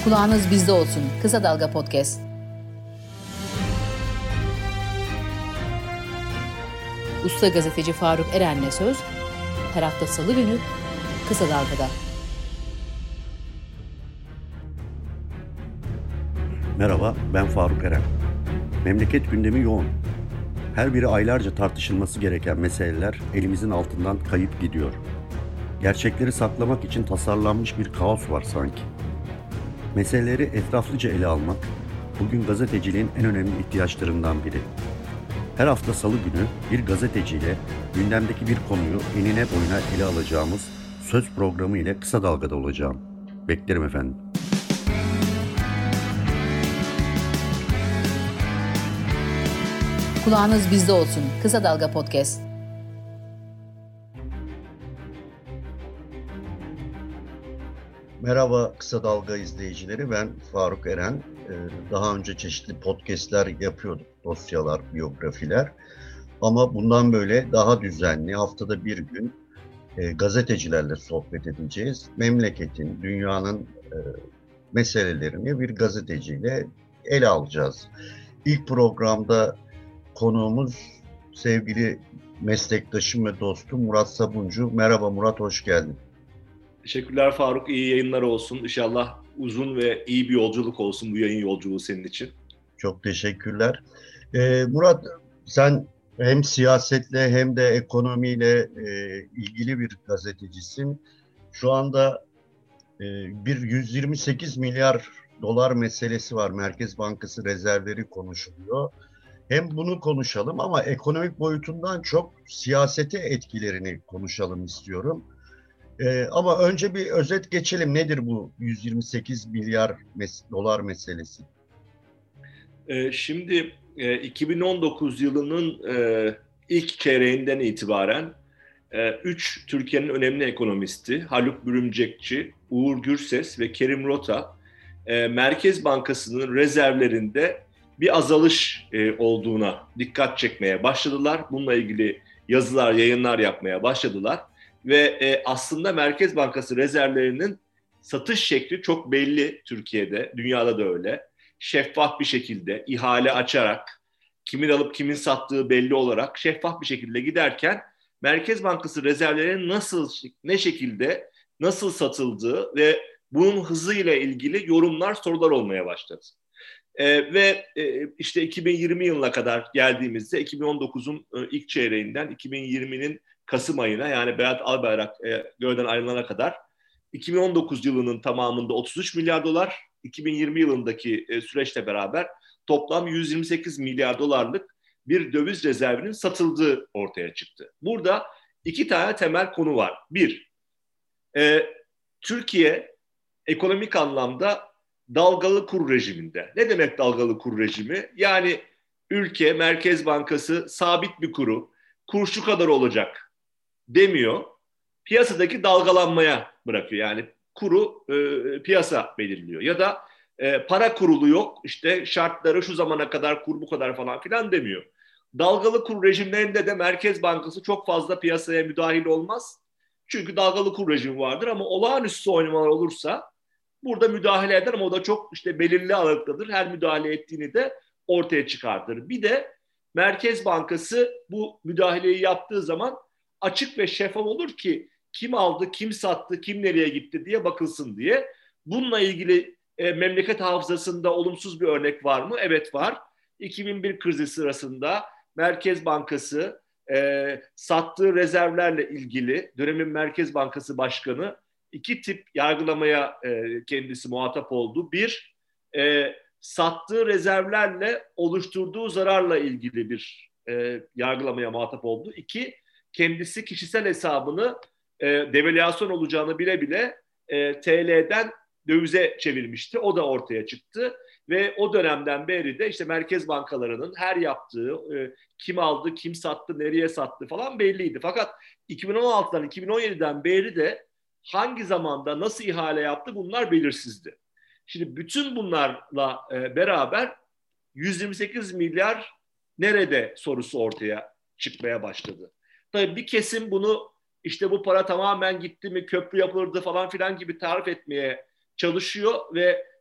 Kulağınız bizde olsun. Kısa Dalga Podcast. Usta gazeteci Faruk Eren'le söz, her hafta Salı günü Kısa Dalga'da. Merhaba, ben Faruk Eren. Memleket gündemi yoğun. Her biri aylarca tartışılması gereken meseleler elimizin altından kayıp gidiyor. Gerçekleri saklamak için tasarlanmış bir kaos var sanki. Meseleleri etraflıca ele almak, bugün gazeteciliğin en önemli ihtiyaçlarından biri. Her hafta Salı günü bir gazeteciyle gündemdeki bir konuyu enine boyuna ele alacağımız söz programı ile Kısa Dalga'da olacağım. Beklerim efendim. Kulağınız bizde olsun. Kısa Dalga Podcast. Merhaba Kısa Dalga izleyicileri, ben Faruk Eren. Daha önce çeşitli podcastler yapıyorduk, dosyalar, biyografiler. Ama bundan böyle daha düzenli, haftada bir gün gazetecilerle sohbet edeceğiz. Memleketin, dünyanın meselelerini bir gazeteciyle ele alacağız. İlk programda konuğumuz sevgili meslektaşım ve dostum Murat Sabuncu. Merhaba Murat, hoş geldin. Teşekkürler Faruk, iyi yayınlar olsun. İnşallah uzun ve iyi bir yolculuk olsun bu yayın yolculuğu senin için. Çok teşekkürler. Murat, sen hem siyasetle hem de ekonomiyle ilgili bir gazetecisin. Şu anda bir 128 milyar dolar meselesi var. Merkez Bankası rezervleri konuşuluyor. Hem bunu konuşalım ama ekonomik boyutundan çok siyasete etkilerini konuşalım istiyorum. Ama önce bir özet geçelim. Nedir bu 128 milyar dolar meselesi? Şimdi 2019 yılının ilk çeyreğinden itibaren 3 Türkiye'nin önemli ekonomisti Haluk Bürümcekçi, Uğur Gürses ve Kerim Rota Merkez Bankası'nın rezervlerinde bir azalış olduğuna dikkat çekmeye başladılar. Bununla ilgili yazılar, yayınlar yapmaya başladılar. Ve aslında Merkez Bankası rezervlerinin satış şekli çok belli Türkiye'de, dünyada da öyle. Şeffaf bir şekilde, ihale açarak, kimin alıp kimin sattığı belli olarak şeffaf bir şekilde giderken Merkez Bankası rezervlerinin ne şekilde, nasıl satıldığı ve bunun hızıyla ilgili yorumlar, sorular olmaya başladı. İşte 2020 yılına kadar geldiğimizde 2019'un ilk çeyreğinden 2020'nin Kasım ayına, yani Berat Albayrak görevden ayrılana kadar 2019 yılının tamamında 33 milyar dolar, 2020 yılındaki süreçle beraber toplam 128 milyar dolarlık bir döviz rezervinin satıldığı ortaya çıktı. Burada iki tane temel konu var. Bir, Türkiye ekonomik anlamda dalgalı kur rejiminde. Ne demek dalgalı kur rejimi? Yani ülke, Merkez Bankası sabit bir kur şu kadar olacak demiyor. Piyasadaki dalgalanmaya bırakıyor. Yani kuru piyasa belirliyor. Ya da para kurulu yok. İşte şartları şu zamana kadar kur bu kadar falan filan demiyor. Dalgalı kur rejimlerinde de Merkez Bankası çok fazla piyasaya müdahil olmaz. Çünkü dalgalı kur rejimi vardır ama olağanüstü oynamalar olursa burada müdahale eder ama o da çok işte belirli aralıktadır. Her müdahale ettiğini de ortaya çıkartır. Bir de Merkez Bankası bu müdahaleyi yaptığı zaman açık ve şeffaf olur ki kim aldı, kim sattı, kim nereye gitti diye bakılsın diye. Bununla ilgili memleket hafızasında olumsuz bir örnek var mı? Evet var. 2001 krizi sırasında Merkez Bankası sattığı rezervlerle ilgili dönemin Merkez Bankası Başkanı iki tip yargılamaya kendisi muhatap oldu. Bir, sattığı rezervlerle oluşturduğu zararla ilgili bir yargılamaya muhatap oldu. İki, kendisi kişisel hesabını devalüasyon olacağını bile bile TL'den dövize çevirmişti. O da ortaya çıktı ve o dönemden beri de işte merkez bankalarının her yaptığı kim aldı, kim sattı, nereye sattı falan belliydi. Fakat 2016'dan 2017'den beri de hangi zamanda nasıl ihale yaptı bunlar belirsizdi. Şimdi bütün bunlarla beraber 128 milyar nerede sorusu ortaya çıkmaya başladı. Tabii bir kesim bunu işte bu para tamamen gitti mi, köprü yapılırdı falan filan gibi tarif etmeye çalışıyor ve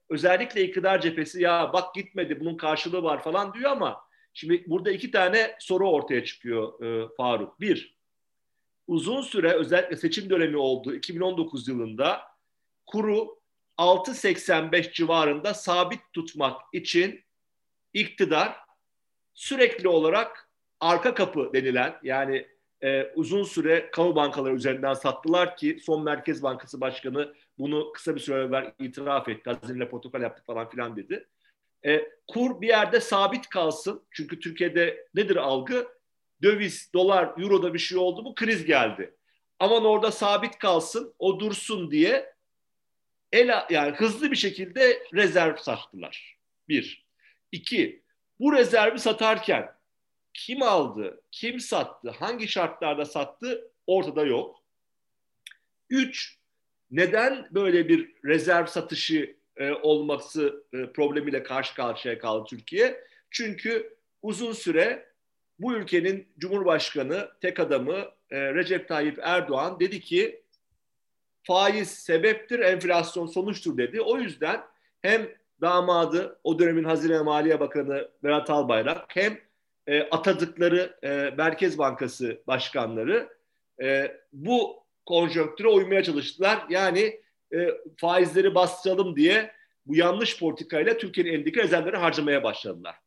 özellikle iktidar cephesi ya bak gitmedi bunun karşılığı var falan diyor ama şimdi burada iki tane soru ortaya çıkıyor Faruk. Bir, uzun süre özellikle seçim dönemi oldu 2019 yılında kuru 6.85 civarında sabit tutmak için iktidar sürekli olarak arka kapı denilen yani uzun süre kamu bankaları üzerinden sattılar ki son Merkez Bankası Başkanı bunu kısa bir süre evvel itiraf etti. Hazine'yle protokol yaptık falan filan dedi. Kur bir yerde sabit kalsın. Çünkü Türkiye'de nedir algı? Döviz, dolar, euroda bir şey oldu mu kriz geldi. Aman orada sabit kalsın, o dursun diye yani hızlı bir şekilde rezerv sattılar. Bir. İki, bu rezervi satarken kim aldı, kim sattı, hangi şartlarda sattı ortada yok. Üç, neden böyle bir rezerv satışı olması problemiyle karşı karşıya kaldı Türkiye? Çünkü uzun süre bu ülkenin Cumhurbaşkanı, tek adamı Recep Tayyip Erdoğan dedi ki faiz sebeptir, enflasyon sonuçtur dedi. O yüzden hem damadı, o dönemin Hazine ve Maliye Bakanı Berat Albayrak hem atadıkları Merkez Bankası başkanları bu konjonktüre uymaya çalıştılar. Yani faizleri bastıralım diye bu yanlış politikayla Türkiye'nin elindeki rezervleri harcamaya başladılar.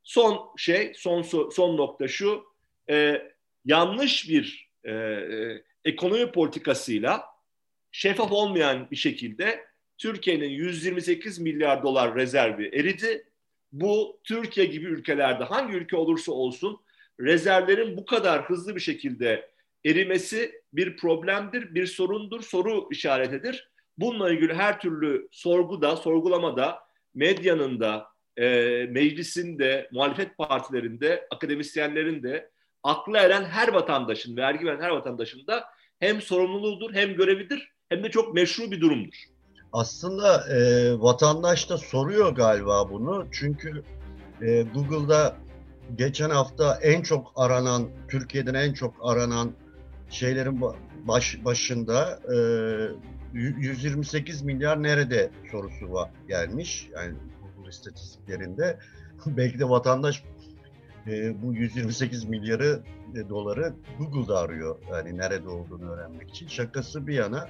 Son nokta şu, yanlış bir ekonomi politikasıyla şeffaf olmayan bir şekilde Türkiye'nin 128 milyar dolar rezervi eridi. Bu Türkiye gibi ülkelerde hangi ülke olursa olsun rezervlerin bu kadar hızlı bir şekilde erimesi bir problemdir, bir sorundur, soru işaretidir. Bununla ilgili her türlü sorguda, sorgulamada, medyanın da, meclisin de, muhalefet partilerinde, akademisyenlerin de, aklı eren her vatandaşın, vergi veren her vatandaşın da hem sorumluluğudur, hem görevidir, hem de çok meşru bir durumdur. Aslında vatandaş da soruyor galiba bunu. Çünkü Google'da geçen hafta en çok aranan, Türkiye'den en çok aranan şeylerin başında 128 milyar nerede sorusu gelmiş. Yani Google istatistiklerinde. Belki de vatandaş bu 128 milyarı doları Google'da arıyor. Yani nerede olduğunu öğrenmek için. Şakası bir yana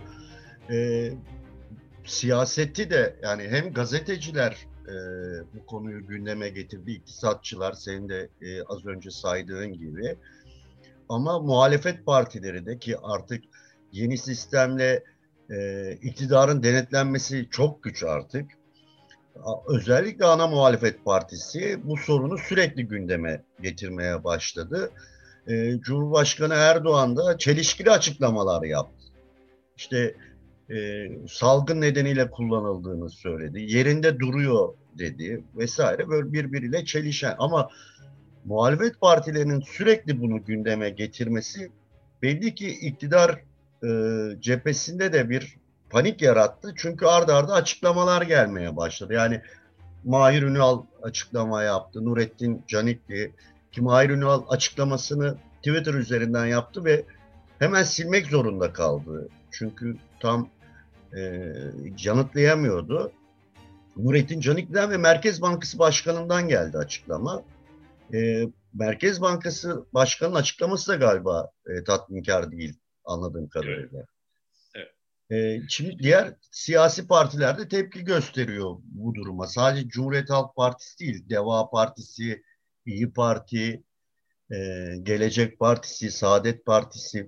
siyaseti de yani hem gazeteciler bu konuyu gündeme getirdi, iktisatçılar senin de az önce saydığın gibi. Ama muhalefet partileri de ki artık yeni sistemle iktidarın denetlenmesi çok güç artık. Özellikle ana muhalefet partisi bu sorunu sürekli gündeme getirmeye başladı. Cumhurbaşkanı Erdoğan da çelişkili açıklamalar yaptı. İşte salgın nedeniyle kullanıldığını söyledi. Yerinde duruyor dedi vesaire, böyle birbiriyle çelişen ama muhalefet partilerinin sürekli bunu gündeme getirmesi belli ki iktidar cephesinde de bir panik yarattı. Çünkü ard arda açıklamalar gelmeye başladı. Yani Mahir Ünal açıklama yaptı. Nurettin Canikli ki Mahir Ünal açıklamasını Twitter üzerinden yaptı ve hemen silmek zorunda kaldı. Çünkü tam yanıtlayamıyordu. Nurettin Canikli'den ve Merkez Bankası Başkanı'ndan geldi açıklama. Merkez Bankası Başkanı'nın açıklaması da galiba tatminkar değil anladığım kadarıyla. Evet. Şimdi diğer siyasi partiler de tepki gösteriyor bu duruma. Sadece Cumhuriyet Halk Partisi değil, Deva Partisi, İyi Parti, Gelecek Partisi, Saadet Partisi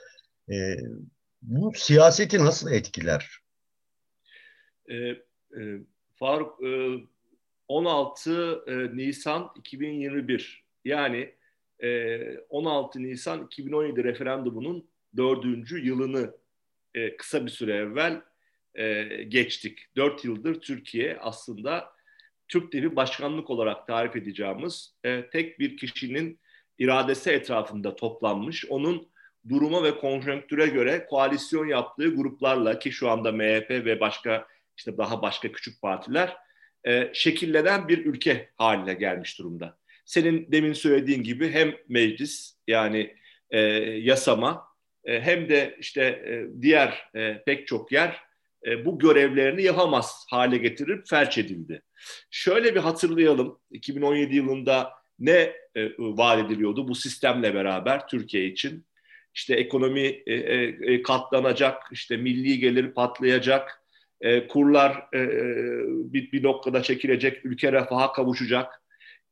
bu siyaseti nasıl etkiler? Faruk, 16 Nisan 2021 yani 16 Nisan 2017 referandumunun 4. yılını kısa bir süre evvel geçtik. 4 yıldır Türkiye aslında Türk Devi başkanlık olarak tarif edeceğimiz tek bir kişinin iradesi etrafında toplanmış. Onun duruma ve konjonktüre göre koalisyon yaptığı gruplarla ki şu anda MHP ve başka işte daha başka küçük partiler şekillenen bir ülke haline gelmiş durumda. Senin demin söylediğin gibi hem meclis yani yasama hem de işte diğer pek çok yer bu görevlerini yapamaz hale getirip felç edildi. Şöyle bir hatırlayalım, 2017 yılında ne vaat ediliyordu bu sistemle beraber Türkiye için? İşte ekonomi katlanacak, işte milli gelir patlayacak, kurlar bir noktada çekilecek, ülke refaha kavuşacak.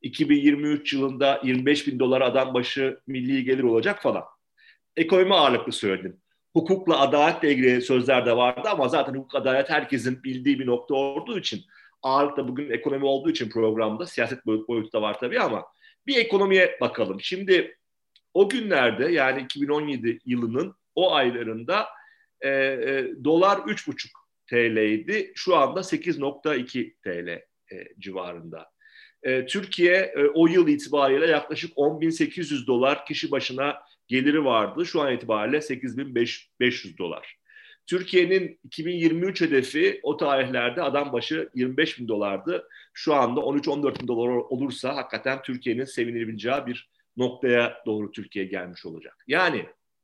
2023 yılında 25 bin dolar adam başı milli gelir olacak falan. Ekonomi ağırlıklı söyledim. Hukukla, adaletle ilgili sözler de vardı ama zaten hukuk, adalet herkesin bildiği bir nokta olduğu için, ağırlıkla bugün ekonomi olduğu için programda, siyaset boyutu da var tabii ama bir ekonomiye bakalım. Şimdi o günlerde, yani 2017 yılının o aylarında dolar 3,5 TL'ydi. Şu anda 8,2 TL civarında. Türkiye o yıl itibariyle yaklaşık 10.800 dolar kişi başına geliri vardı. Şu an itibariyle 8.500 dolar. Türkiye'nin 2023 hedefi o tarihlerde adam başı 25 bin dolardı. Şu anda 13-14 bin dolar olursa hakikaten Türkiye'nin sevinilebileceği bir noktaya doğru Türkiye gelmiş olacak. Yani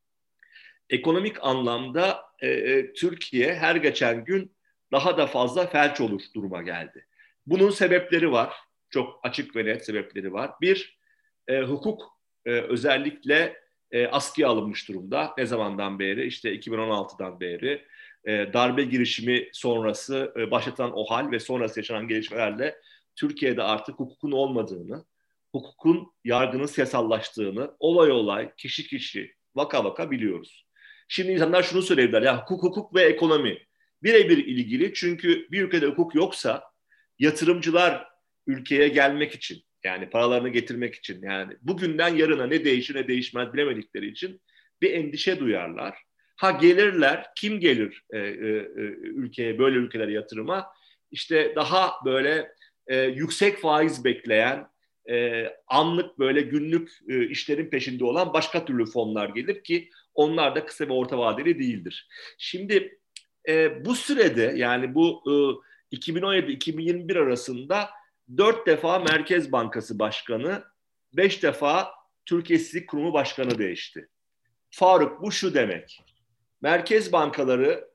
ekonomik anlamda Türkiye her geçen gün daha da fazla felç olur duruma geldi. Bunun sebepleri var. Çok açık ve net sebepleri var. Bir, hukuk özellikle askıya alınmış durumda. Ne zamandan beri? İşte 2016'dan beri darbe girişimi sonrası başlatan o hal ve sonrası yaşanan gelişmelerle Türkiye'de artık hukukun olmadığını, hukukun, yargının siyasallaştığını olay olay, kişi kişi, vaka vaka biliyoruz. Şimdi insanlar şunu söylediler, ya hukuk ve ekonomi birebir ilgili, çünkü bir ülkede hukuk yoksa yatırımcılar ülkeye gelmek için, yani paralarını getirmek için, yani bugünden yarına ne değişir ne değişmez bilemedikleri için bir endişe duyarlar. Ha gelirler, kim gelir ülkeye, böyle ülkelere yatırıma? İşte daha böyle yüksek faiz bekleyen, anlık böyle günlük işlerin peşinde olan başka türlü fonlar gelir ki onlar da kısa ve orta vadeli değildir. Şimdi bu sürede, yani bu 2017-2021 arasında 4 defa Merkez Bankası Başkanı, 5 defa Türkiye İstatistik Kurumu Başkanı değişti. Faruk, bu şu demek: merkez bankaları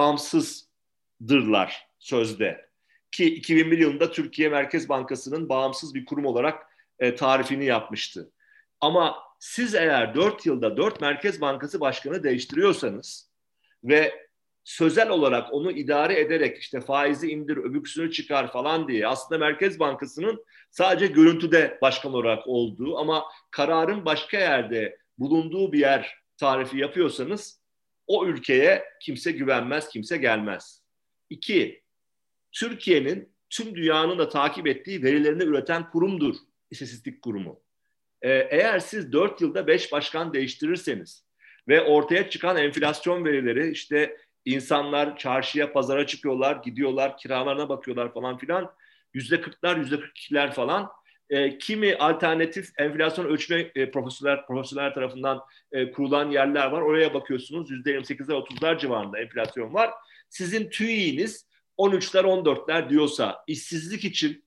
bağımsızdırlar sözde. Ki 2001 yılında Türkiye Merkez Bankası'nın bağımsız bir kurum olarak tarifini yapmıştı. Ama siz eğer 4 yılda 4 Merkez Bankası Başkanı değiştiriyorsanız ve sözel olarak onu idare ederek işte faizi indir, öbüksünü çıkar falan diye aslında Merkez Bankası'nın sadece görüntüde başkan olarak olduğu ama kararın başka yerde bulunduğu bir yer tarifi yapıyorsanız o ülkeye kimse güvenmez, kimse gelmez. 2. Türkiye'nin tüm dünyanın da takip ettiği verilerini üreten kurumdur İstatistik Kurumu. Eğer siz 4 yılda 5 başkan değiştirirseniz ve ortaya çıkan enflasyon verileri, işte insanlar çarşıya, pazara çıkıyorlar, gidiyorlar, kiralarına bakıyorlar falan filan, %40'lar, %42'ler falan. Kimi alternatif enflasyon ölçme profesörler tarafından kurulan yerler var. Oraya bakıyorsunuz, %28'ler, 30'lar civarında enflasyon var. Sizin TÜİ'niz 13'ler, 14'ler diyorsa, işsizlik için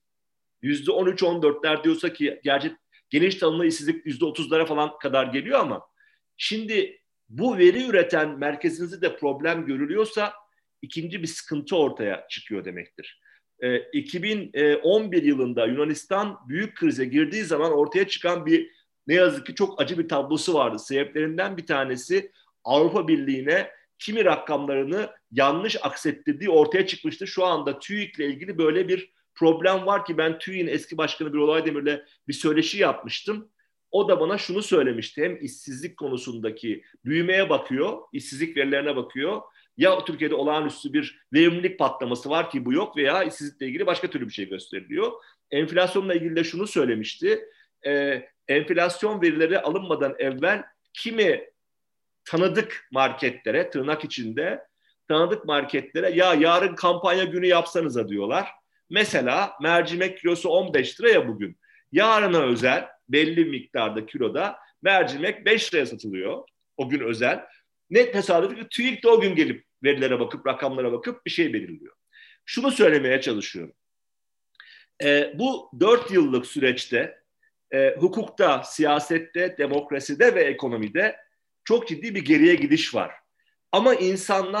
%13-14'ler diyorsa, ki gerçi geniş tanımlı işsizlik %30'lara falan kadar geliyor ama şimdi bu veri üreten merkezinizde de problem görülüyorsa ikinci bir sıkıntı ortaya çıkıyor demektir. 2011 yılında Yunanistan büyük krize girdiği zaman ortaya çıkan bir, ne yazık ki çok acı bir tablosu vardı. Sebeplerinden bir tanesi Avrupa Birliği'ne kimi rakamlarını yanlış aksettirdiği ortaya çıkmıştı. Şu anda TÜİK'le ilgili böyle bir problem var ki ben TÜİK'in eski başkanı Birol Aydemir'le bir söyleşi yapmıştım. O da bana şunu söylemişti: hem işsizlik konusundaki büyümeye bakıyor, işsizlik verilerine bakıyor. Ya Türkiye'de olağanüstü bir verimlilik patlaması var ki bu yok, veya işsizlikle ilgili başka türlü bir şey gösteriliyor. Enflasyonla ilgili de şunu söylemişti: enflasyon verileri alınmadan evvel kimi tanıdık marketlere, tırnak içinde tanıdık marketlere, ya yarın kampanya günü yapsanıza diyorlar. Mesela mercimek kilosu 15 lira ya bugün. Yarına özel belli miktarda kiloda mercimek 5 liraya satılıyor. O gün özel. Ne tesadüf ki TÜİK de o gün gelip verilere bakıp, rakamlara bakıp bir şey belirliyor. Şunu söylemeye çalışıyorum. Bu 4 yıllık süreçte hukukta, siyasette, demokraside ve ekonomide çok ciddi bir geriye gidiş var. Ama insanlar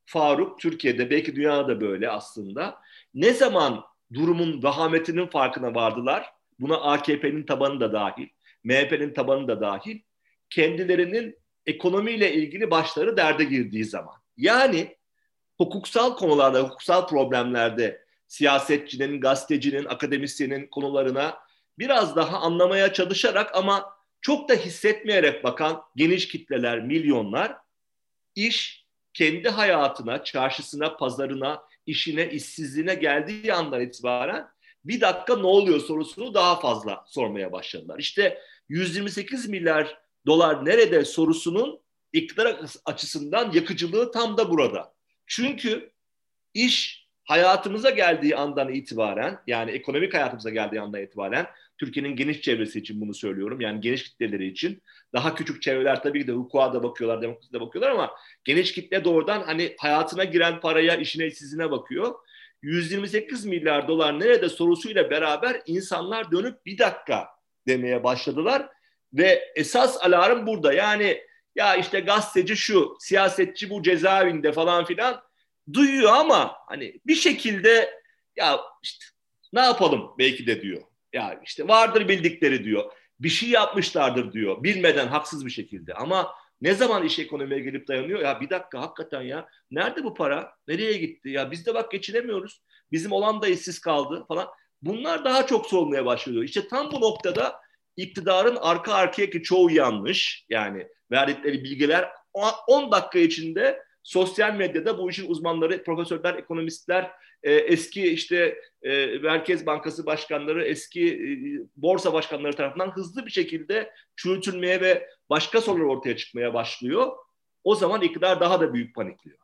Faruk Türkiye'de, belki dünyada da böyle aslında. Ne zaman durumun vahametinin farkına vardılar? Buna AKP'nin tabanı da dahil, MHP'nin tabanı da dahil. Kendilerinin ekonomiyle ilgili başları derde girdiği zaman. Yani hukuksal konularda, hukuksal problemlerde siyasetçinin, gazetecinin, akademisyenin konularına biraz daha anlamaya çalışarak ama çok da hissetmeyerek bakan geniş kitleler, milyonlar, iş kendi hayatına, çarşısına, pazarına, işine, işsizliğine geldiği andan itibaren bir dakika ne oluyor sorusunu daha fazla sormaya başladılar. İşte 128 milyar dolar nerede sorusunun iktidar açısından yakıcılığı tam da burada. Çünkü iş hayatımıza geldiği andan itibaren, yani ekonomik hayatımıza geldiği andan itibaren, Türkiye'nin geniş çevresi için bunu söylüyorum, yani geniş kitleleri için, daha küçük çevreler tabii ki de hukuka da bakıyorlar, demokrasiye de bakıyorlar ama geniş kitle doğrudan hani hayatına giren paraya, işine, işsizliğine bakıyor. 128 milyar dolar nerede sorusuyla beraber insanlar dönüp bir dakika demeye başladılar ve esas alarm burada. Yani ya işte gazeteci şu, siyasetçi bu cezaevinde falan filan duyuyor ama hani bir şekilde ya işte ne yapalım belki de diyor. Ya işte vardır bildikleri diyor. Bir şey yapmışlardır diyor. Bilmeden, haksız bir şekilde. Ama ne zaman iş ekonomiye gelip dayanıyor? Ya bir dakika hakikaten ya. Nerede bu para? Nereye gitti? Ya biz de bak geçinemiyoruz. Bizim olan da işsiz kaldı falan. Bunlar daha çok sorulmaya başlıyor. İşte tam bu noktada iktidarın arka arkaya ki çoğu yanlış. Yani verdikleri bilgiler 10 dakika içinde sosyal medyada bu işin uzmanları, profesörler, ekonomistler, eski işte Merkez Bankası başkanları, eski borsa başkanları tarafından hızlı bir şekilde çürütülmeye ve başka sorular ortaya çıkmaya başlıyor. O zaman iktidar daha da büyük panikliyor.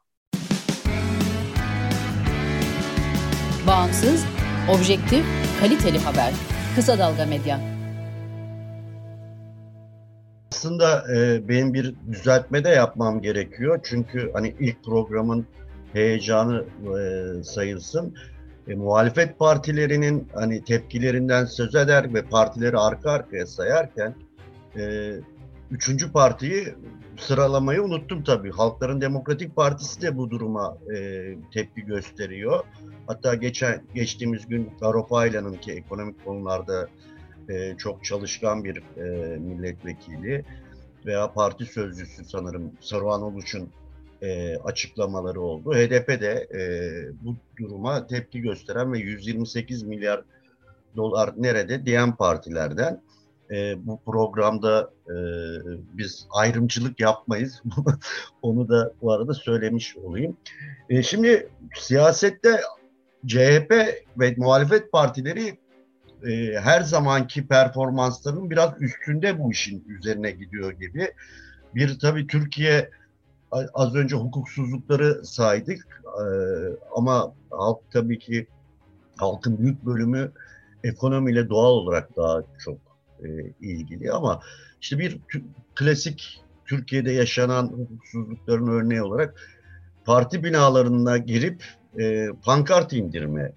Bağımsız, objektif, kaliteli haber. Kısa Dalga Medya. Aslında benim bir düzeltme de yapmam gerekiyor. Çünkü hani ilk programın heyecanı sayılsın. Muhalefet partilerinin hani tepkilerinden söz eder ve partileri arka arkaya sayarken üçüncü partiyi sıralamayı unuttum tabii. Halkların Demokratik Partisi de bu duruma tepki gösteriyor. Hatta geçtiğimiz gün Garopaylan'ın ki ekonomik konularda çok çalışkan bir milletvekili veya parti sözcüsü sanırım Saruhan Oluç'un açıklamaları oldu. HDP de bu duruma tepki gösteren ve 128 milyar dolar nerede diyen partilerden. Bu programda biz ayrımcılık yapmayız. Onu da bu arada söylemiş olayım. Şimdi siyasette CHP ve muhalefet partileri her zamanki performanslarının biraz üstünde bu işin üzerine gidiyor gibi. Bir tabii Türkiye, az önce hukuksuzlukları saydık ama halk tabii ki halkın büyük bölümü ekonomiyle doğal olarak daha çok ilgili ama işte bir klasik Türkiye'de yaşanan hukuksuzlukların örneği olarak parti binalarına girip pankart indirme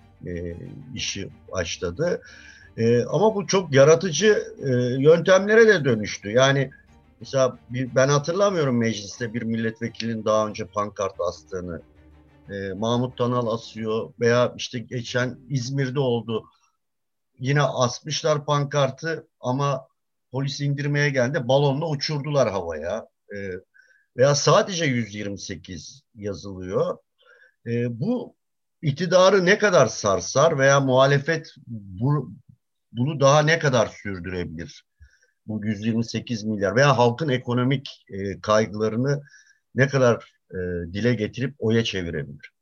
işi başladı. Ama bu çok yaratıcı yöntemlere de dönüştü. Yani mesela ben hatırlamıyorum mecliste bir milletvekilinin daha önce pankart astığını. Mahmut Tanal asıyor veya işte geçen İzmir'de oldu. Yine asmışlar pankartı ama polis indirmeye geldi balonla uçurdular havaya. Veya sadece 128 yazılıyor. Bu iktidarı ne kadar sarsar veya muhalefet bunu daha ne kadar sürdürebilir? Bu 128 milyar veya halkın ekonomik kaygılarını ne kadar dile getirip oya çevirebilir?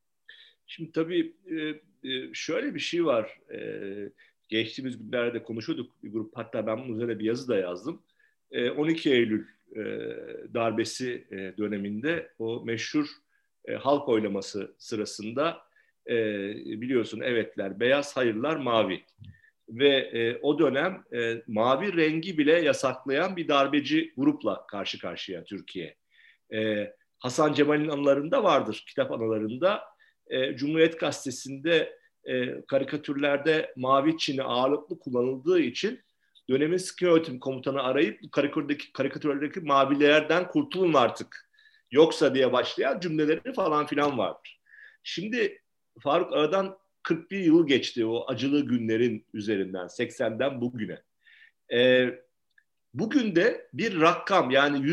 Şimdi tabii şöyle bir şey var. Geçtiğimiz günlerde konuşuyorduk bir grup, hatta ben bunun üzerine bir yazı da yazdım. 12 Eylül darbesi döneminde o meşhur halk oylaması sırasında biliyorsun evetler beyaz, hayırlar mavi. Ve o dönem mavi rengi bile yasaklayan bir darbeci grupla karşı karşıya Türkiye. Hasan Cemal'in anılarında vardır, kitap anılarında. Cumhuriyet Gazetesi'nde karikatürlerde mavi çini ağırlıklı kullanıldığı için dönemin sıkı yönetim komutanı arayıp karikatürlerdeki mavilerden kurtulun artık Yoksa diye başlayan cümleleri falan filan vardır. Şimdi Faruk, aradan 41 yıl geçti o acılı günlerin üzerinden, 80'den bugüne. Bugün de bir rakam, yani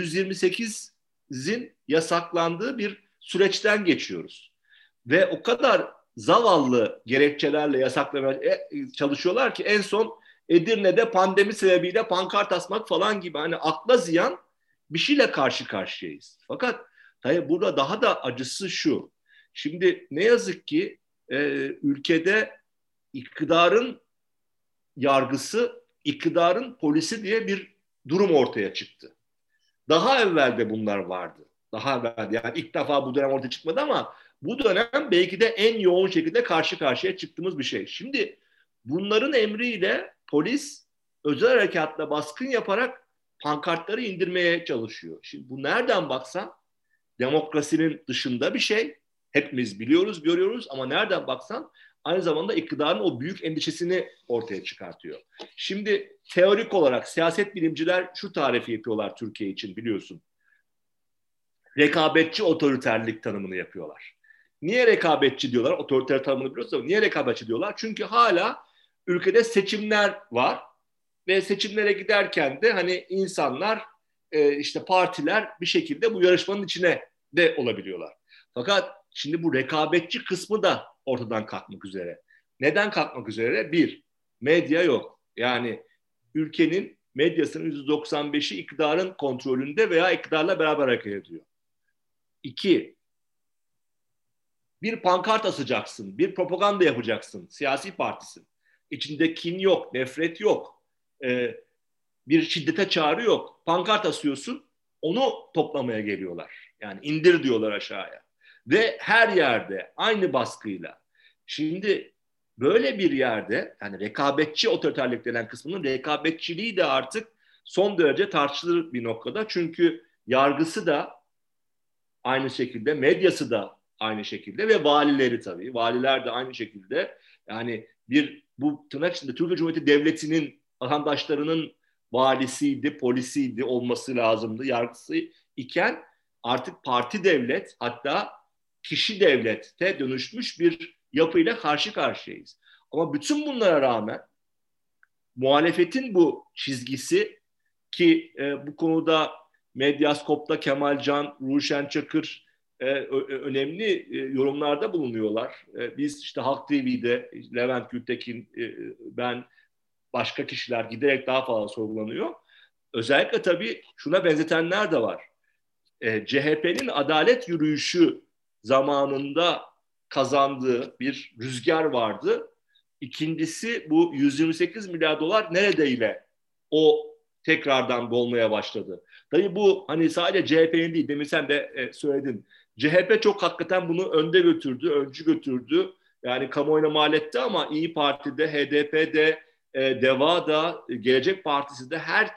128'in yasaklandığı bir süreçten geçiyoruz. Ve o kadar zavallı gerekçelerle yasaklamaya çalışıyorlar ki en son Edirne'de pandemi sebebiyle pankart asmak falan gibi hani akla ziyan bir şeyle karşı karşıyayız. Fakat tabii burada daha da acısı şu. Şimdi ne yazık ki ülkede iktidarın yargısı, iktidarın polisi diye bir durum ortaya çıktı. Daha evvel de bunlar vardı. Daha evvel, yani ilk defa bu dönem ortaya çıkmadı ama bu dönem belki de en yoğun şekilde karşı karşıya çıktığımız bir şey. Şimdi bunların emriyle polis özel harekatla baskın yaparak pankartları indirmeye çalışıyor. Şimdi bu nereden baksan demokrasinin dışında bir şey. Hepimiz biliyoruz, görüyoruz ama nereden baksan aynı zamanda iktidarın o büyük endişesini ortaya çıkartıyor. Şimdi teorik olarak siyaset bilimciler şu tarifi yapıyorlar Türkiye için, biliyorsun. Rekabetçi otoriterlik tanımını yapıyorlar. Niye rekabetçi diyorlar? Otoriter tanımını biliyoruz ama niye rekabetçi diyorlar? Çünkü hala ülkede seçimler var ve seçimlere giderken de hani insanlar, işte partiler bir şekilde bu yarışmanın içine de olabiliyorlar. Fakat şimdi bu rekabetçi kısmı da ortadan kalkmak üzere. Neden kalkmak üzere? Bir, medya yok. Yani ülkenin medyasının %95'i iktidarın kontrolünde veya iktidarla beraber hareket ediyor. İki, bir pankart asacaksın, bir propaganda yapacaksın, siyasi partisin. İçinde kin yok, nefret yok, bir şiddete çağrı yok. Pankart asıyorsun, onu toplamaya geliyorlar. Yani indir diyorlar aşağıya. Ve her yerde aynı baskıyla. Şimdi böyle bir yerde, yani rekabetçi otoriterlik denen kısmının rekabetçiliği de artık son derece tartışılır bir noktada. Çünkü yargısı da aynı şekilde, medyası da aynı şekilde ve valileri tabii. Valiler de aynı şekilde. Yani bu tırnak içinde Türkiye Cumhuriyeti Devleti'nin vatandaşlarının valisiydi, polisiydi, olması lazımdı, yargısı iken artık parti devlet, hatta kişi devlete dönüşmüş bir yapıyla karşı karşıyayız. Ama bütün bunlara rağmen muhalefetin bu çizgisi ki bu konuda Medyaskop'ta Kemal Can, Ruşen Çakır önemli yorumlarda bulunuyorlar. Biz işte Halk TV'de Levent Gültekin, ben, başka kişiler giderek daha fazla sorgulanıyor. Özellikle tabii şuna benzetenler de var. CHP'nin adalet yürüyüşü zamanında kazandığı bir rüzgar vardı. İkincisi, bu 128 milyar dolar neredeyle o tekrardan dolmaya başladı. Tabii bu hani sadece CHP'nin değil, demin sen de söyledin. CHP çok hakikaten bunu önde götürdü, öncü götürdü. Yani kamuoyuna mal etti ama İyi Parti'de, HDP'de, DEVA'da, Gelecek Partisi'de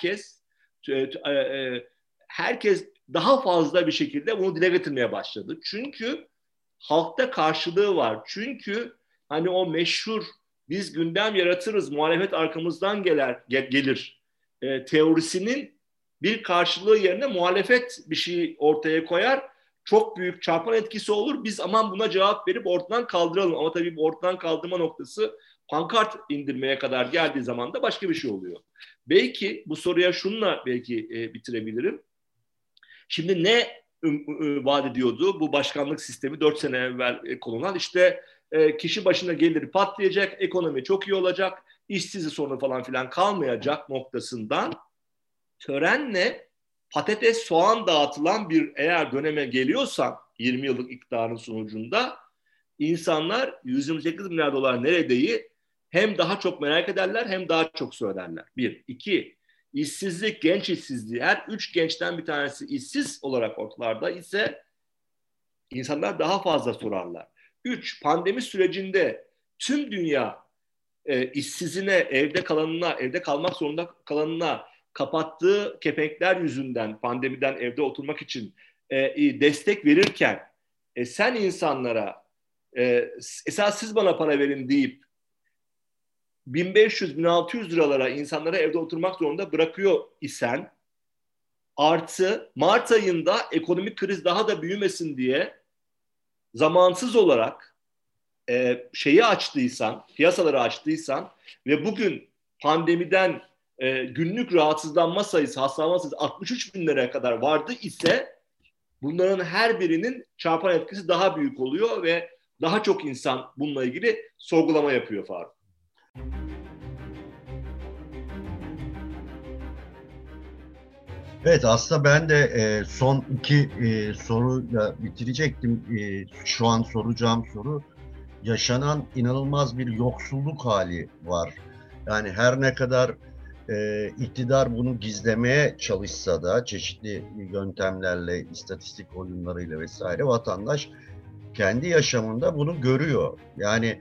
herkes daha fazla bir şekilde bunu dile getirmeye başladı. Çünkü halkta karşılığı var. Çünkü hani o meşhur biz gündem yaratırız, muhalefet arkamızdan gelir teorisinin bir karşılığı yerine muhalefet bir şey ortaya koyar. Çok büyük çarpan etkisi olur. Biz aman buna cevap verip ortadan kaldıralım. Ama tabii bu ortadan kaldırma noktası pankart indirmeye kadar geldiği zaman da başka bir şey oluyor. Belki bu soruya şununla belki bitirebilirim. Şimdi ne vaat ediyordu bu başkanlık sistemi 4 sene evvel konulan? İşte kişi başına geliri patlayacak, ekonomi çok iyi olacak, işsizlik sorunu falan filan kalmayacak noktasından törenle patates, soğan dağıtılan bir eğer döneme geliyorsan 20 yıllık iktidarın sonucunda insanlar 128 milyar dolar neredeyi hem daha çok merak ederler hem daha çok söylerler. Bir. İki, işsizlik, genç işsizliği. Her 3 gençten bir tanesi işsiz olarak ortalarda ise insanlar daha fazla sorarlar. 3. Pandemi sürecinde tüm dünya işsizine, evde kalanına, evde kalmak zorunda kalanına kapattığı kepenkler yüzünden pandemiden evde oturmak için destek verirken sen insanlara esas siz bana para verin deyip 1500-1600 liralara insanlara evde oturmak zorunda bırakıyor isen Artı Mart ayında ekonomik kriz daha da büyümesin diye zamansız olarak piyasaları açtıysan ve bugün pandemiden günlük rahatsızlanma sayısı, hastalanma sayısı 63 bin liraya kadar vardı ise bunların her birinin çarpan etkisi daha büyük oluyor ve daha çok insan bununla ilgili sorgulama yapıyor Faruk. Evet, aslında ben de son iki soruyla bitirecektim. Şu an soracağım soru, yaşanan inanılmaz bir yoksulluk hali var. Yani her ne kadar iktidar bunu gizlemeye çalışsa da çeşitli yöntemlerle, istatistik oyunlarıyla vesaire vatandaş kendi yaşamında bunu görüyor. Yani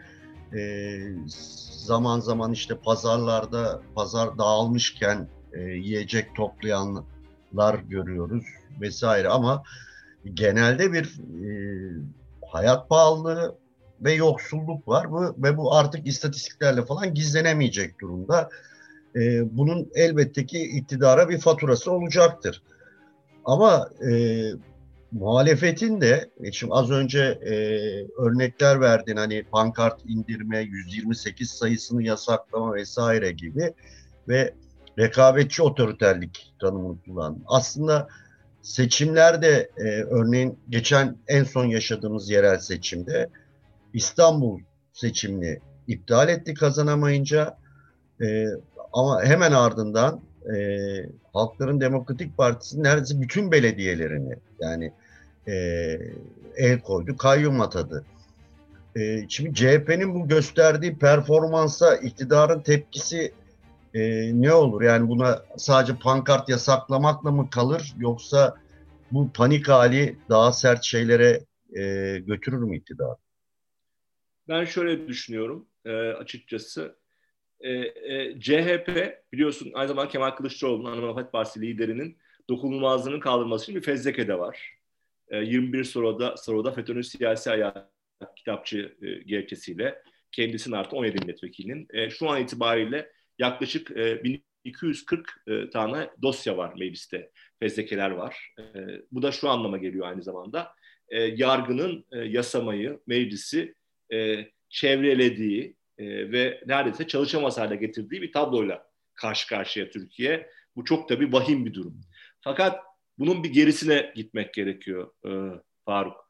zaman zaman işte pazarlarda pazar dağılmışken yiyecek toplayanlar görüyoruz vesaire ama genelde bir hayat pahalılığı ve yoksulluk var ve bu artık istatistiklerle falan gizlenemeyecek durumda. Bunun elbette ki iktidara bir faturası olacaktır. Ama muhalefetin de, şimdi az önce örnekler verdin, hani pankart indirme, 128 sayısını yasaklama vesaire gibi ve rekabetçi otoriterlik tanımını kullan. Aslında seçimlerde örneğin geçen en son yaşadığımız yerel seçimde İstanbul seçimini iptal etti kazanamayınca, ama hemen ardından Halkların Demokratik Partisi neredeyse bütün belediyelerini, yani e, el koydu, kayyum atadı. Şimdi CHP'nin bu gösterdiği performansa iktidarın tepkisi ne olur? Yani buna sadece pankart yasaklamakla mı kalır, yoksa bu panik hali daha sert şeylere götürür mü iktidar? Ben şöyle düşünüyorum açıkçası. CHP biliyorsun aynı zamanda Kemal Kılıçdaroğlu'nun, Ana Muhalefet Partisi liderinin dokunulmazlığının kaldırılması için bir fezleke de var. 21 soruda FETÖ'nün siyasi ayağı kitapçı gerekçesiyle kendisinin artı 17 milletvekilinin şu an itibariyle yaklaşık 1240 tane dosya var mecliste. Fezlekeler var. Bu da şu anlama geliyor aynı zamanda. Yargının yasamayı, meclisi çevrelediği ve neredeyse çalışamaz hale getirdiği bir tabloyla karşı karşıya Türkiye. Bu çok tabii vahim bir durum. Fakat bunun bir gerisine gitmek gerekiyor Faruk.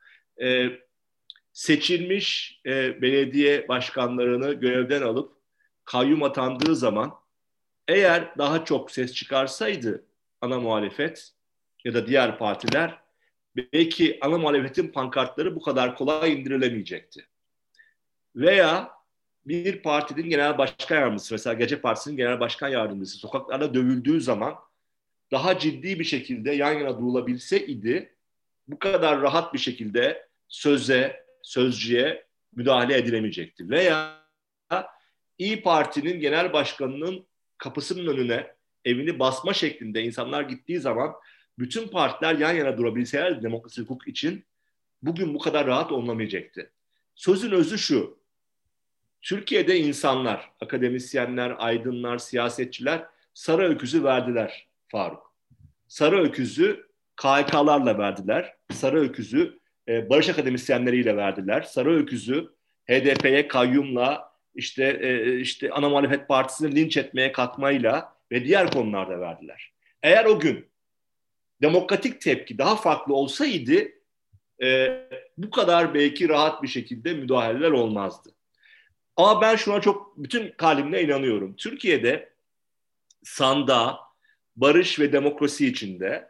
Seçilmiş belediye başkanlarını görevden alıp kayyum atandığı zaman eğer daha çok ses çıkarsaydı ana muhalefet ya da diğer partiler, belki ana muhalefetin pankartları bu kadar kolay indirilemeyecekti. Veya bir partinin genel başkan yardımcısı, mesela Gelecek Partisi'nin genel başkan yardımcısı sokaklarda dövüldüğü zaman daha ciddi bir şekilde yan yana durulabilseydi bu kadar rahat bir şekilde sözcüye müdahale edilemeyecekti. Veya İYİ Parti'nin genel başkanının kapısının önüne evini basma şeklinde insanlar gittiği zaman bütün partiler yan yana durabilselerdi demokrasi hukuk için bugün bu kadar rahat olunamayacaktı. Sözün özü şu: Türkiye'de insanlar, akademisyenler, aydınlar, siyasetçiler sarı öküzü verdiler Faruk. Sarı öküzü KHK'larla verdiler. Sarı öküzü barış akademisyenleriyle verdiler. Sarı öküzü HDP'ye kayyumla, işte Ana Muhalefet Partisi'ni linç etmeye kalkmayla ve diğer konularda verdiler. Eğer o gün demokratik tepki daha farklı olsaydı bu kadar belki rahat bir şekilde müdahaleler olmazdı. Ama ben şuna çok bütün kalbimle inanıyorum. Türkiye'de sandığa, barış ve demokrasi içinde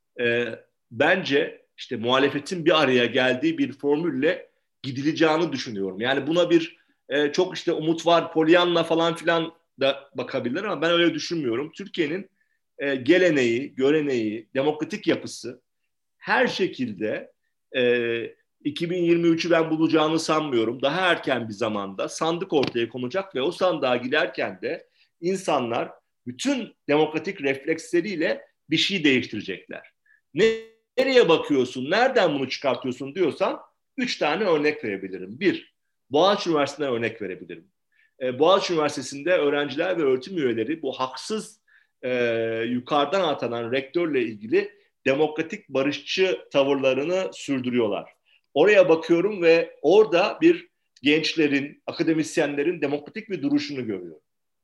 bence işte muhalefetin bir araya geldiği bir formülle gidileceğini düşünüyorum. Yani buna bir çok işte umut var, Pollyanna falan filan da bakabilir ama ben öyle düşünmüyorum. Türkiye'nin geleneği, göreneği, demokratik yapısı her şekilde 2023'ü ben bulacağını sanmıyorum. Daha erken bir zamanda sandık ortaya konacak ve o sandığa giderken de insanlar bütün demokratik refleksleriyle bir şey değiştirecekler. Nereye bakıyorsun, nereden bunu çıkartıyorsun diyorsan 3 tane örnek verebilirim. 1, Boğaziçi Üniversitesi'nden örnek verebilirim. Boğaziçi Üniversitesi'nde öğrenciler ve öğretim üyeleri bu haksız yukarıdan atanan rektörle ilgili demokratik barışçı tavırlarını sürdürüyorlar. Oraya bakıyorum ve orada bir gençlerin, akademisyenlerin demokratik bir duruşunu görüyorum.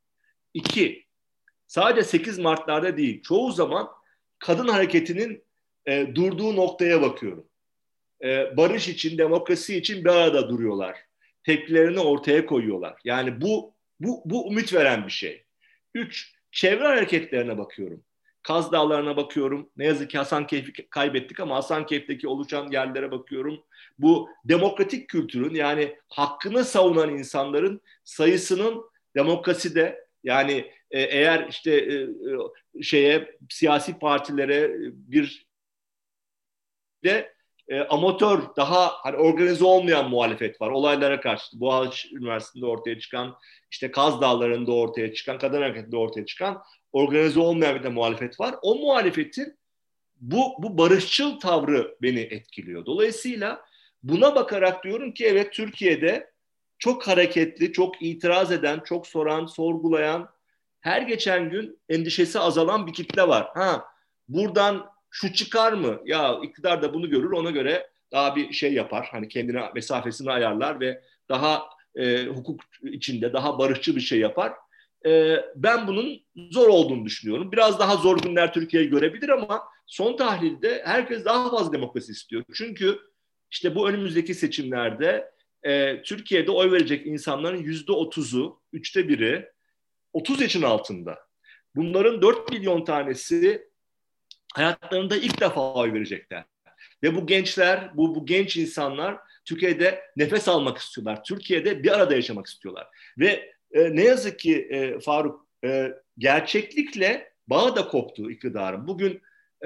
2, sadece 8 Mart'larda değil, çoğu zaman kadın hareketinin durduğu noktaya bakıyorum. Barış için, demokrasi için bir arada duruyorlar. Tepkilerini ortaya koyuyorlar. Yani bu ümit veren bir şey. 3, çevre hareketlerine bakıyorum. Kaz Dağları'na bakıyorum. Ne yazık ki Hasankeyf'i kaybettik ama Hasankeyf'teki oluşan yerlere bakıyorum. Bu demokratik kültürün, yani hakkını savunan insanların sayısının demokraside, yani eğer işte siyasi partilere bir de amatör, daha hani organize olmayan muhalefet var olaylara karşı. Boğaziçi Üniversitesi'nde ortaya çıkan, işte Kaz Dağları'nda ortaya çıkan, kadın hareketinde ortaya çıkan organize olmayan bir de muhalefet var. O muhalefetin bu barışçıl tavrı beni etkiliyor. Dolayısıyla buna bakarak diyorum ki evet, Türkiye'de çok hareketli, çok itiraz eden, çok soran, sorgulayan, her geçen gün endişesi azalan bir kitle var. Buradan şu çıkar mı? Ya iktidar da bunu görür, ona göre daha bir şey yapar. Hani kendine mesafesini ayarlar ve daha hukuk içinde daha barışçı bir şey yapar. Ben bunun zor olduğunu düşünüyorum. Biraz daha zor günler Türkiye'yi görebilir ama son tahlilde herkes daha fazla demokrasi istiyor. Çünkü işte bu önümüzdeki seçimlerde Türkiye'de oy verecek insanların %30'u, 1/3 30 yaşın altında. Bunların 4 milyon tanesi hayatlarında ilk defa oy verecekler. Ve bu gençler, bu genç insanlar Türkiye'de nefes almak istiyorlar. Türkiye'de bir arada yaşamak istiyorlar. Ve ne yazık ki Faruk, gerçeklikle bağı da koptu iktidarın. Bugün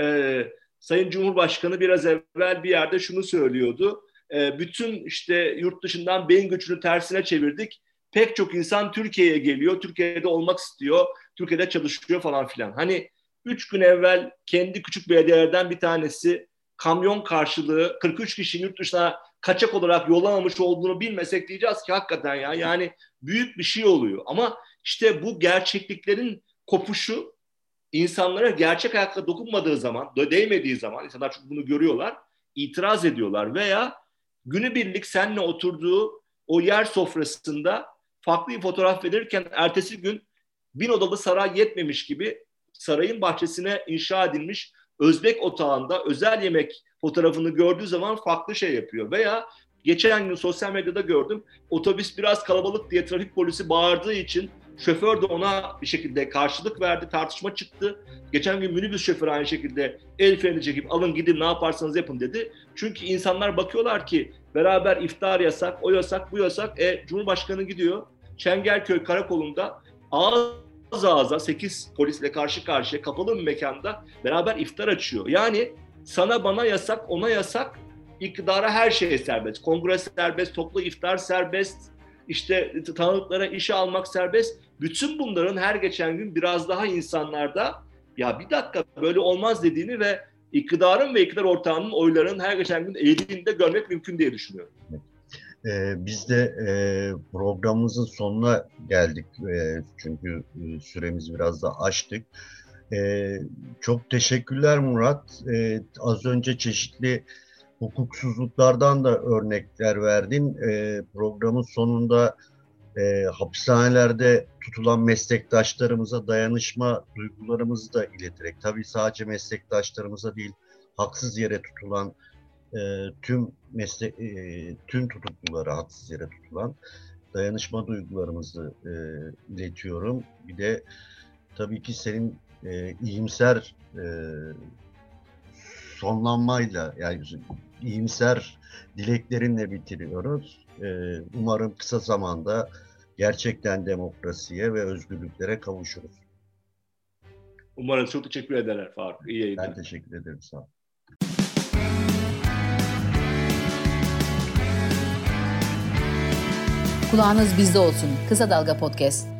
Sayın Cumhurbaşkanı biraz evvel bir yerde şunu söylüyordu. Bütün işte yurt dışından beyin göçünü tersine çevirdik. Pek çok insan Türkiye'ye geliyor, Türkiye'de olmak istiyor, Türkiye'de çalışıyor falan filan. Hani 3 gün evvel kendi küçük belediyelerden bir tanesi kamyon karşılığı 43 kişinin yurt dışına kaçak olarak yollamamış olduğunu bilmesek diyeceğiz ki hakikaten ya, yani büyük bir şey oluyor. Ama işte bu gerçekliklerin kopuşu insanlara gerçek hayatta dokunmadığı zaman, değmediği zaman, insanlar çünkü bunu görüyorlar, itiraz ediyorlar veya günübirlik seninle oturduğu o yer sofrasında farklı bir fotoğraf verirken ertesi gün 1000 odalı saray yetmemiş gibi sarayın bahçesine inşa edilmiş Özbek otağında özel yemek fotoğrafını gördüğü zaman farklı şey yapıyor. Veya geçen gün sosyal medyada gördüm, otobüs biraz kalabalık diye trafik polisi bağırdığı için şoför de ona bir şekilde karşılık verdi, tartışma çıktı. Geçen gün minibüs şoförü aynı şekilde el freni çekip alın gidin ne yaparsanız yapın dedi. Çünkü insanlar bakıyorlar ki beraber iftar yasak, o yasak, bu yasak. Cumhurbaşkanı gidiyor Çengelköy Karakolu'nda ağız ağza 8 polisle karşı karşıya kapalı bir mekanda beraber iftar açıyor. Yani sana bana yasak, ona yasak, iktidara her şey serbest. Kongre serbest, toplu iftar serbest, işte tanıklara işe almak serbest. Bütün bunların her geçen gün biraz daha insanlarda ya bir dakika böyle olmaz dediğini ve iktidarın ve iktidar ortağının oylarının her geçen gün eğildiğini de görmek mümkün diye düşünüyorum. Biz de programımızın sonuna geldik çünkü süremizi biraz da aştık. Çok teşekkürler Murat. Az önce çeşitli hukuksuzluklardan da örnekler verdin. Programın sonunda hapishanelerde tutulan meslektaşlarımıza dayanışma duygularımızı da ileterek, tabii sadece meslektaşlarımıza değil, haksız yere tutulan tüm tutuklulara, haksız yere tutulan dayanışma duygularımızı iletiyorum. Bir de tabii ki senin iyimser sonlanmayla, yani iyimser dileklerinle bitiriyoruz. Umarım kısa zamanda gerçekten demokrasiye ve özgürlüklere kavuşuruz. Umarım. Çok teşekkür ederler Faruk. İyi yayınlar. Ben teşekkür ederim. Sağ ol. Kulağınız bizde olsun. Kısa Dalga Podcast.